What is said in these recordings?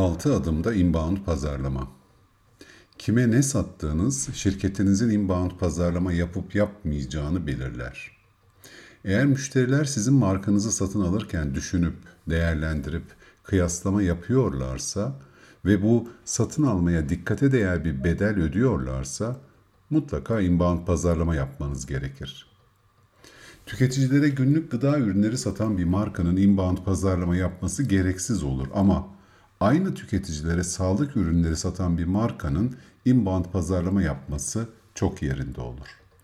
6 adımda inbound pazarlama. Kime ne sattığınız, şirketinizin inbound pazarlama yapıp yapmayacağını belirler. Eğer müşteriler sizin markanızı satın alırken düşünüp, değerlendirip, kıyaslama yapıyorlarsa ve bu satın almaya dikkate değer bir bedel ödüyorlarsa, mutlaka inbound pazarlama yapmanız gerekir. Tüketicilere günlük gıda ürünleri satan bir markanın inbound pazarlama yapması gereksiz olur ama aynı tüketicilere sağlık ürünleri satan bir markanın inbound pazarlama yapması çok yerinde olur.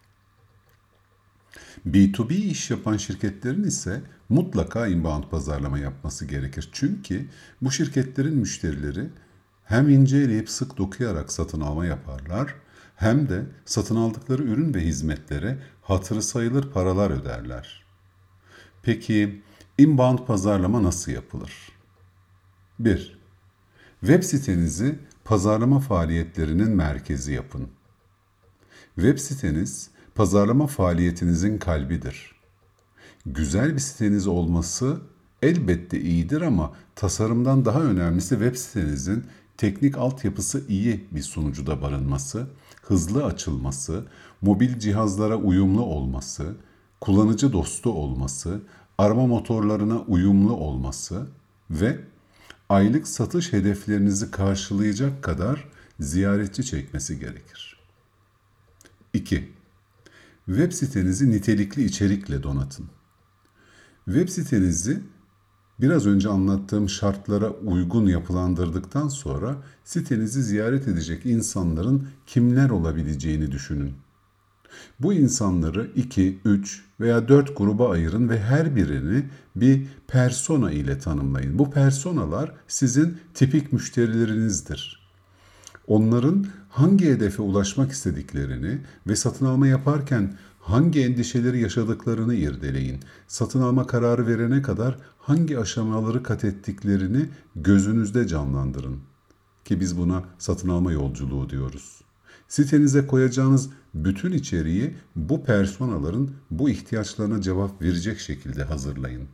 B2B iş yapan şirketlerin ise mutlaka inbound pazarlama yapması gerekir. Çünkü bu şirketlerin müşterileri hem inceleyip sık dokuyarak satın alma yaparlar, hem de satın aldıkları ürün ve hizmetlere hatırı sayılır paralar öderler. Peki inbound pazarlama nasıl yapılır? 1. Web sitenizi pazarlama faaliyetlerinin merkezi yapın. Web siteniz pazarlama faaliyetinizin kalbidir. Güzel bir siteniz olması elbette iyidir ama tasarımdan daha önemlisi web sitenizin teknik altyapısı iyi bir sunucuda barınması, hızlı açılması, mobil cihazlara uyumlu olması, kullanıcı dostu olması, arama motorlarına uyumlu olması ve aylık satış hedeflerinizi karşılayacak kadar ziyaretçi çekmesi gerekir. 2. Web sitenizi nitelikli içerikle donatın. Web sitenizi biraz önce anlattığım şartlara uygun yapılandırdıktan sonra sitenizi ziyaret edecek insanların kimler olabileceğini düşünün. Bu insanları 2, 3 veya 4 gruba ayırın ve her birini bir persona ile tanımlayın. Bu personalar sizin tipik müşterilerinizdir. Onların hangi hedefe ulaşmak istediklerini ve satın alma yaparken hangi endişeleri yaşadıklarını irdeleyin. Satın alma kararı verene kadar hangi aşamaları kat ettiklerini gözünüzde canlandırın. Ki biz buna satın alma yolculuğu diyoruz. Sitenize koyacağınız bütün içeriği bu personaların bu ihtiyaçlarına cevap verecek şekilde hazırlayın.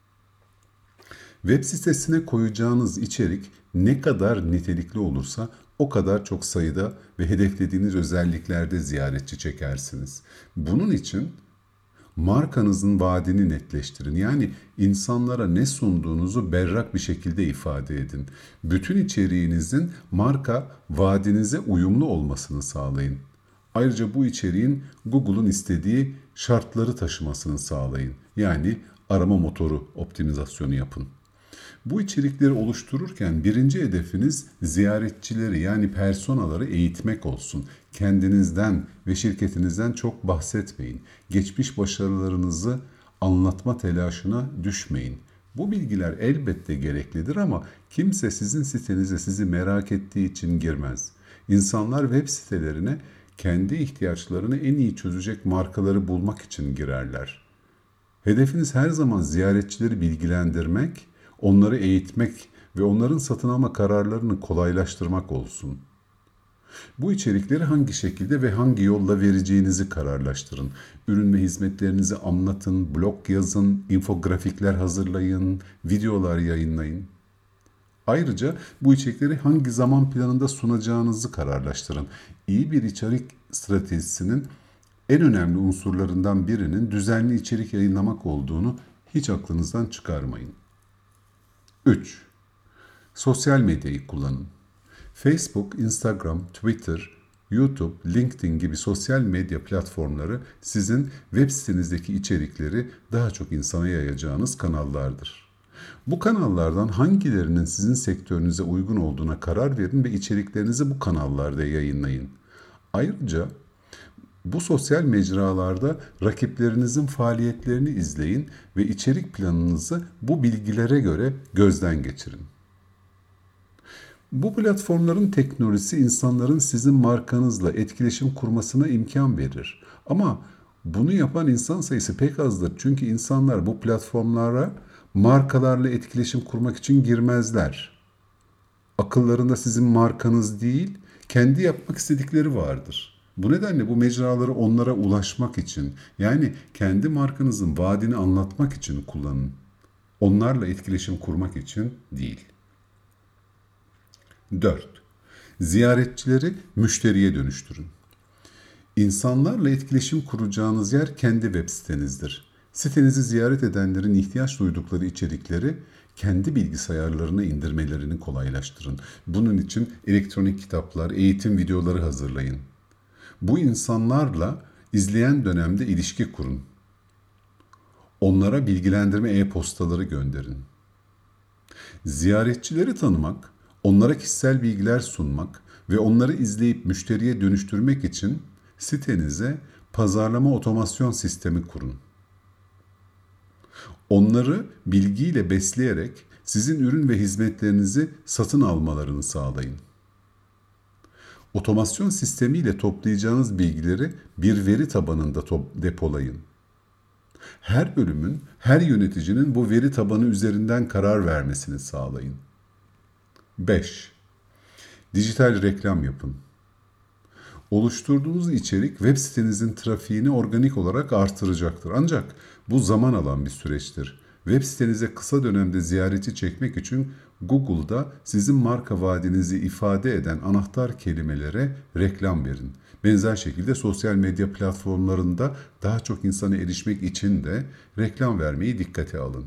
Web sitesine koyacağınız içerik ne kadar nitelikli olursa o kadar çok sayıda ve hedeflediğiniz özelliklerde ziyaretçi çekersiniz. Bunun için markanızın vaadini netleştirin. Yani insanlara ne sunduğunuzu berrak bir şekilde ifade edin. Bütün içeriğinizin marka vaadinize uyumlu olmasını sağlayın. Ayrıca bu içeriğin Google'un istediği şartları taşımasını sağlayın. Yani arama motoru optimizasyonu yapın. Bu içerikleri oluştururken birinci hedefiniz ziyaretçileri yani personaları eğitmek olsun. Kendinizden ve şirketinizden çok bahsetmeyin. Geçmiş başarılarınızı anlatma telaşına düşmeyin. Bu bilgiler elbette gereklidir ama kimse sizin sitenize sizi merak ettiği için girmez. İnsanlar web sitelerine kendi ihtiyaçlarını en iyi çözecek markaları bulmak için girerler. Hedefiniz her zaman ziyaretçileri bilgilendirmek, onları eğitmek ve onların satın alma kararlarını kolaylaştırmak olsun. Bu içerikleri hangi şekilde ve hangi yolla vereceğinizi kararlaştırın. Ürün ve hizmetlerinizi anlatın, blog yazın, infografikler hazırlayın, videolar yayınlayın. Ayrıca bu içerikleri hangi zaman planında sunacağınızı kararlaştırın. İyi bir içerik stratejisinin en önemli unsurlarından birinin düzenli içerik yayınlamak olduğunu hiç aklınızdan çıkarmayın. 3. Sosyal medyayı kullanın. Facebook, Instagram, Twitter, YouTube, LinkedIn gibi sosyal medya platformları sizin web sitenizdeki içerikleri daha çok insana yayacağınız kanallardır. Bu kanallardan hangilerinin sizin sektörünüze uygun olduğuna karar verin ve içeriklerinizi bu kanallarda yayınlayın. Ayrıca bu sosyal mecralarda rakiplerinizin faaliyetlerini izleyin ve içerik planınızı bu bilgilere göre gözden geçirin. Bu platformların teknolojisi insanların sizin markanızla etkileşim kurmasına imkan verir. Ama bunu yapan insan sayısı pek azdır. Çünkü insanlar bu platformlara markalarla etkileşim kurmak için girmezler. Akıllarında sizin markanız değil, kendi yapmak istedikleri vardır. Bu nedenle bu mecraları onlara ulaşmak için, yani kendi markanızın vaadini anlatmak için kullanın. Onlarla etkileşim kurmak için değil. 4. Ziyaretçileri müşteriye dönüştürün. İnsanlarla etkileşim kuracağınız yer kendi web sitenizdir. Sitenizi ziyaret edenlerin ihtiyaç duydukları içerikleri kendi bilgisayarlarına indirmelerini kolaylaştırın. Bunun için elektronik kitaplar, eğitim videoları hazırlayın. Bu insanlarla izleyen dönemde ilişki kurun. Onlara bilgilendirme e-postaları gönderin. Ziyaretçileri tanımak, onlara kişisel bilgiler sunmak ve onları izleyip müşteriye dönüştürmek için sitenize pazarlama otomasyon sistemi kurun. Onları bilgiyle besleyerek sizin ürün ve hizmetlerinizi satın almalarını sağlayın. Otomasyon sistemiyle toplayacağınız bilgileri bir veri tabanında depolayın. Her bölümün, her yöneticinin bu veri tabanı üzerinden karar vermesini sağlayın. 5. Dijital reklam yapın. Oluşturduğunuz içerik web sitenizin trafiğini organik olarak artıracaktır. Ancak bu zaman alan bir süreçtir. Web sitenize kısa dönemde ziyaretçi çekmek için Google'da sizin marka vaadinizi ifade eden anahtar kelimelere reklam verin. Benzer şekilde sosyal medya platformlarında daha çok insana erişmek için de reklam vermeyi dikkate alın.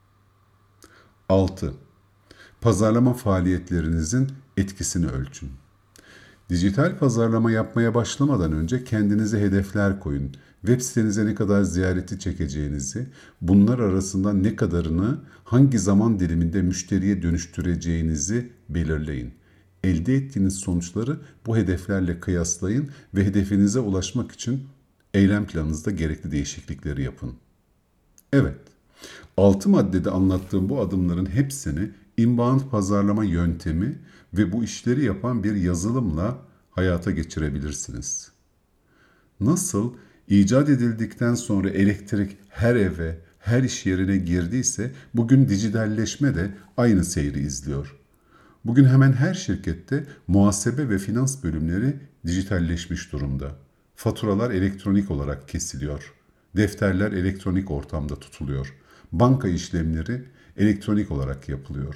6. Pazarlama faaliyetlerinizin etkisini ölçün. Dijital pazarlama yapmaya başlamadan önce kendinize hedefler koyun. Web sitenize ne kadar ziyaretçi çekeceğinizi, bunlar arasında ne kadarını hangi zaman diliminde müşteriye dönüştüreceğinizi belirleyin. Elde ettiğiniz sonuçları bu hedeflerle kıyaslayın ve hedefinize ulaşmak için eylem planınızda gerekli değişiklikleri yapın. Evet, 6 maddede anlattığım bu adımların hepsini inbound pazarlama yöntemi ve bu işleri yapan bir yazılımla hayata geçirebilirsiniz. Nasıl icat edildikten sonra elektrik her eve, her iş yerine girdiyse bugün dijitalleşme de aynı seyri izliyor. Bugün hemen her şirkette muhasebe ve finans bölümleri dijitalleşmiş durumda. Faturalar elektronik olarak kesiliyor. Defterler elektronik ortamda tutuluyor. Banka işlemleri elektronik olarak yapılıyor.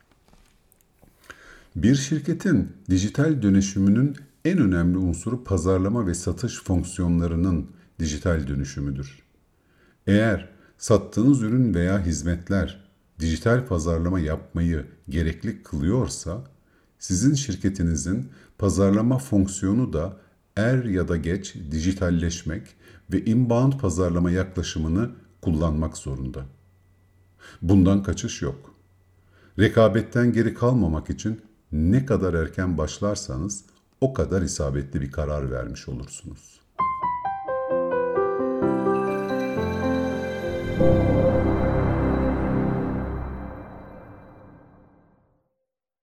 Bir şirketin dijital dönüşümünün en önemli unsuru pazarlama ve satış fonksiyonlarının dijital dönüşümüdür. Eğer sattığınız ürün veya hizmetler dijital pazarlama yapmayı gerekli kılıyorsa, sizin şirketinizin pazarlama fonksiyonu da er ya da geç dijitalleşmek ve inbound pazarlama yaklaşımını kullanmak zorunda. Bundan kaçış yok. Rekabetten geri kalmamak için ne kadar erken başlarsanız o kadar isabetli bir karar vermiş olursunuz.